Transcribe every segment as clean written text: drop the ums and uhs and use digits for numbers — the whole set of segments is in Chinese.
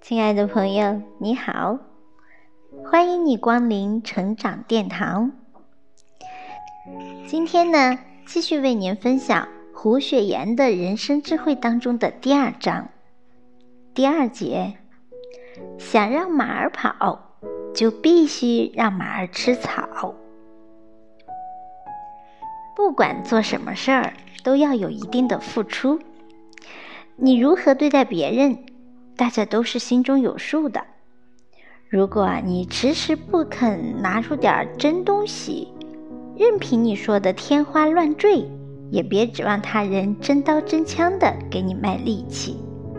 亲爱的朋友，你好，欢迎你光临成长殿堂。今天呢，继续为您分享胡雪岩的人生智慧当中的第2章，第2节，想让马儿跑，就必须让马儿吃草。不管做什么事儿，都要有一定的付出。你如何对待别人，大家都是心中有数的。如果你迟迟不肯拿出点真东西，任凭你说的天花乱坠，也别指望他人真刀真枪的给你卖力气。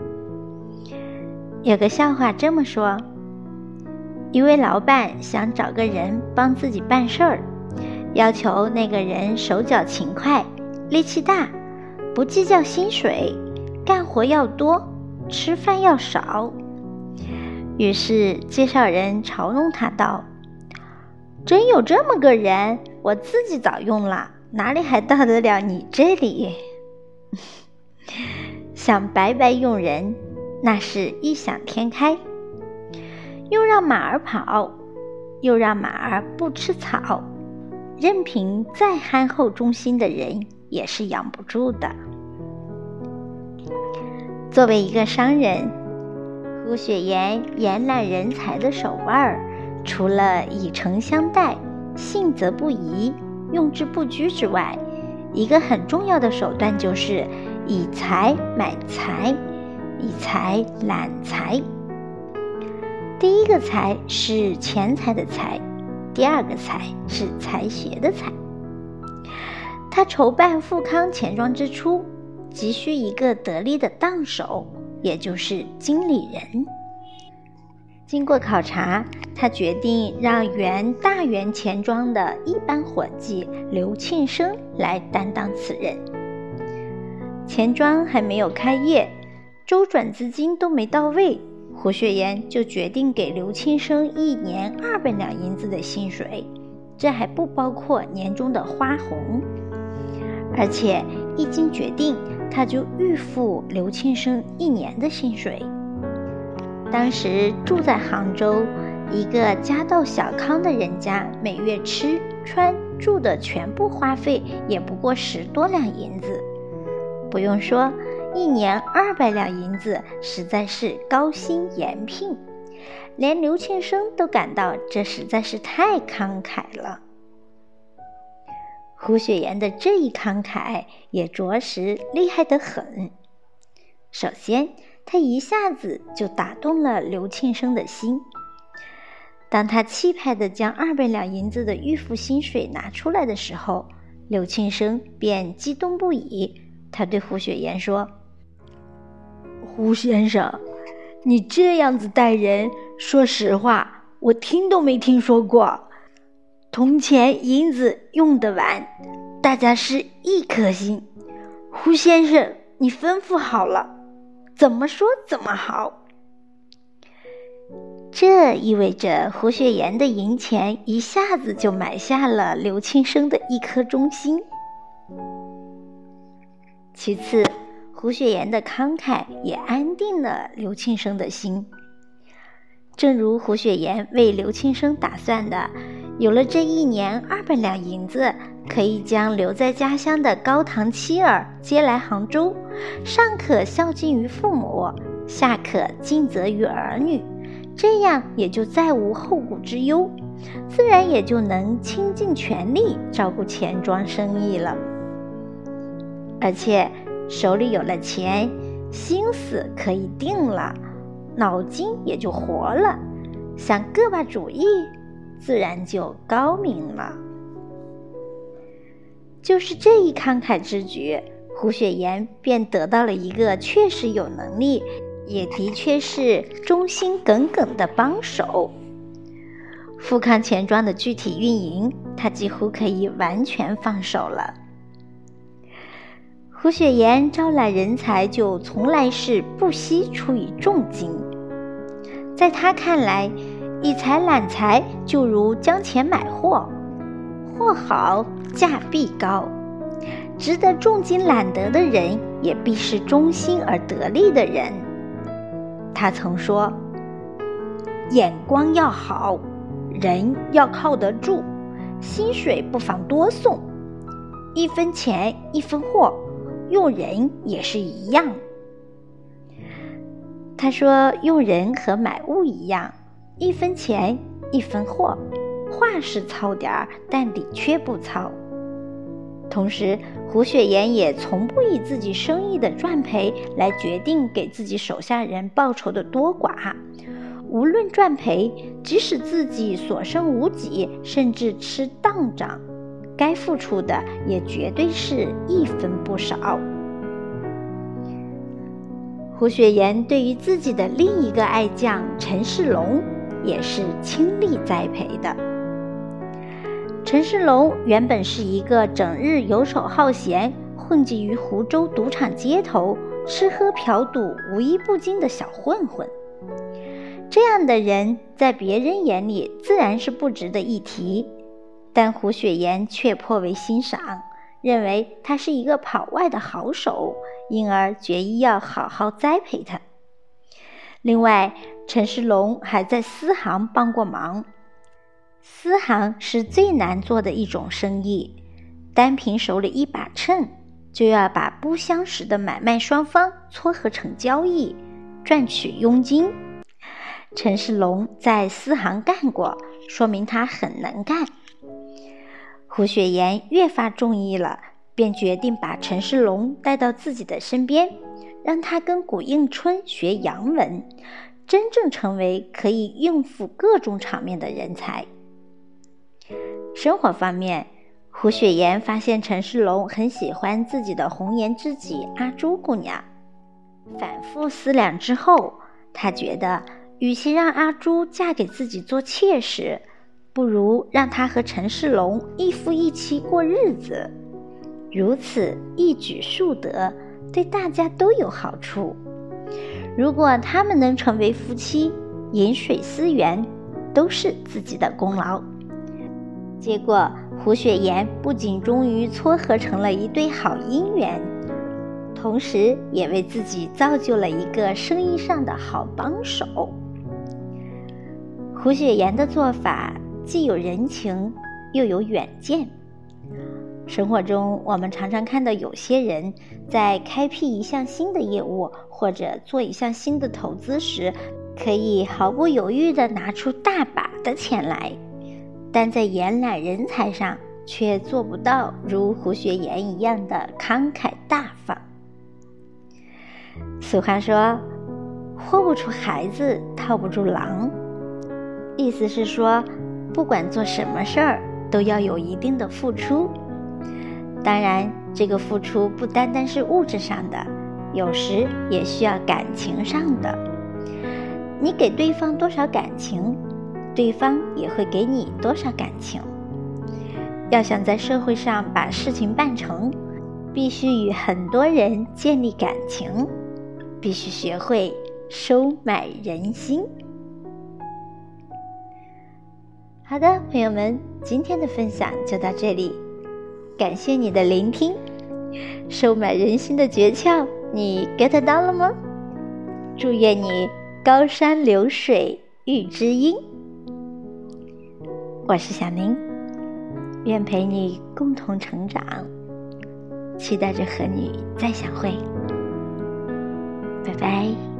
有个笑话这么说，一位老板想找个人帮自己办事儿，要求那个人手脚勤快，力气大，不计较薪水，干活要多，吃饭要少。于是介绍人嘲弄他道，真有这么个人，我自己早用了，哪里还到得了你这里？想白白用人，那是异想天开。又让马儿跑，又让马儿不吃草，任凭再憨厚忠心的人也是养不住的。作为一个商人，胡雪岩延揽人才的手腕，除了以诚相待，信则不疑，用之不拘之外，一个很重要的手段就是以财买财，以财揽财。第一个财是钱财的财，第二个财是财学的财。他筹办富康钱庄之初，急需一个得力的当手，也就是经理人。经过考察，他决定让原大元钱庄的一班伙计刘庆生来担当此任。钱庄还没有开业，周转资金都没到位，胡雪岩就决定给刘庆生1年200两银子的薪水，这还不包括年终的花红。而且一经决定，他就预付刘庆生1年的薪水。当时住在杭州一个家道小康的人家，每月吃穿住的全部花费也不过10多两银子。不用说，1年200两银子实在是高薪严聘，连刘庆生都感到这实在是太慷慨了。胡雪岩的这一慷慨也着实厉害得很。首先，他一下子就打动了刘庆生的心。当他气派地将200两银子的预付薪水拿出来的时候，刘庆生便激动不已。他对胡雪岩说，胡先生，你这样子待人，说实话，我听都没听说过。铜钱银子用得完，大家是一颗心。胡先生，你吩咐好了，怎么说怎么好。这意味着胡雪岩的银钱一下子就买下了刘庆生的一颗忠心。其次，胡雪岩的慷慨也安定了刘庆生的心。正如胡雪岩为刘庆生打算的，有了这1年200两银子，可以将留在家乡的高堂妻儿接来杭州，上可孝敬于父母，下可尽责于儿女，这样也就再无后顾之忧，自然也就能倾尽全力照顾钱庄生意了。而且手里有了钱，心思可以定了，脑筋也就活了，想个把主意自然就高明了。就是这一慷慨之举，胡雪岩便得到了一个确实有能力，也的确是忠心耿耿的帮手。富康钱庄的具体运营，他几乎可以完全放手了。胡雪岩招揽人才就从来是不惜出以重金。在他看来，以财揽财就如将钱买货，货好价必高，值得重金揽得的人也必是忠心而得力的人。他曾说， 眼光要好，人要靠得住，薪水不妨多送，一分钱一分货，用人也是一样。他说，用人和买物一样，一分钱一分货，话是糙点儿，但理却不糙。同时，胡雪岩也从不以自己生意的赚赔来决定给自己手下人报酬的多寡。无论赚赔，即使自己所剩无几，甚至吃当账，该付出的也绝对是一分不少。胡雪岩对于自己的另一个爱将陈世龙也是倾力栽培的。陈世龙原本是一个整日游手好闲，混迹于湖州赌场街头，吃喝嫖赌无一不精的小混混。这样的人在别人眼里自然是不值得一提，但胡雪岩却颇为欣赏，认为他是一个跑外的好手，因而决意要好好栽培他。另外，陈世龙还在私行帮过忙。私行是最难做的一种生意，单凭手里一把秤，就要把不相识的买卖双方撮合成交易，赚取佣金。陈世龙在私行干过，说明他很能干。胡雪岩越发中意了，便决定把陈世龙带到自己的身边，让他跟古应春学洋文，真正成为可以应付各种场面的人才。生活方面，胡雪岩发现陈世龙很喜欢自己的红颜知己阿朱姑娘。反复思量之后，他觉得与其让阿朱嫁给自己做妾室，不如让她和陈世龙一夫一妻过日子，如此一举数得，对大家都有好处。如果他们能成为夫妻，饮水思源，都是自己的功劳。结果胡雪岩不仅终于撮合成了一对好姻缘，同时也为自己造就了一个生意上的好帮手。胡雪岩的做法既有人情，又有远见。生活中，我们常常看到有些人在开辟一项新的业务，或者做一项新的投资时，可以毫不犹豫地拿出大把的钱来，但在延揽人才上却做不到如胡雪岩一样的慷慨大方。俗话说，豁不出孩子，套不住狼，意思是说，不管做什么事儿，都要有一定的付出。当然，这个付出不单单是物质上的，有时也需要感情上的。你给对方多少感情，对方也会给你多少感情。要想在社会上把事情办成，必须与很多人建立感情，必须学会收买人心。好的，朋友们，今天的分享就到这里，感谢你的聆听。收买人心的诀窍，你 get 到了吗？祝愿你高山流水遇知音。我是小宁，愿陪你共同成长，期待着和你再相会。拜拜。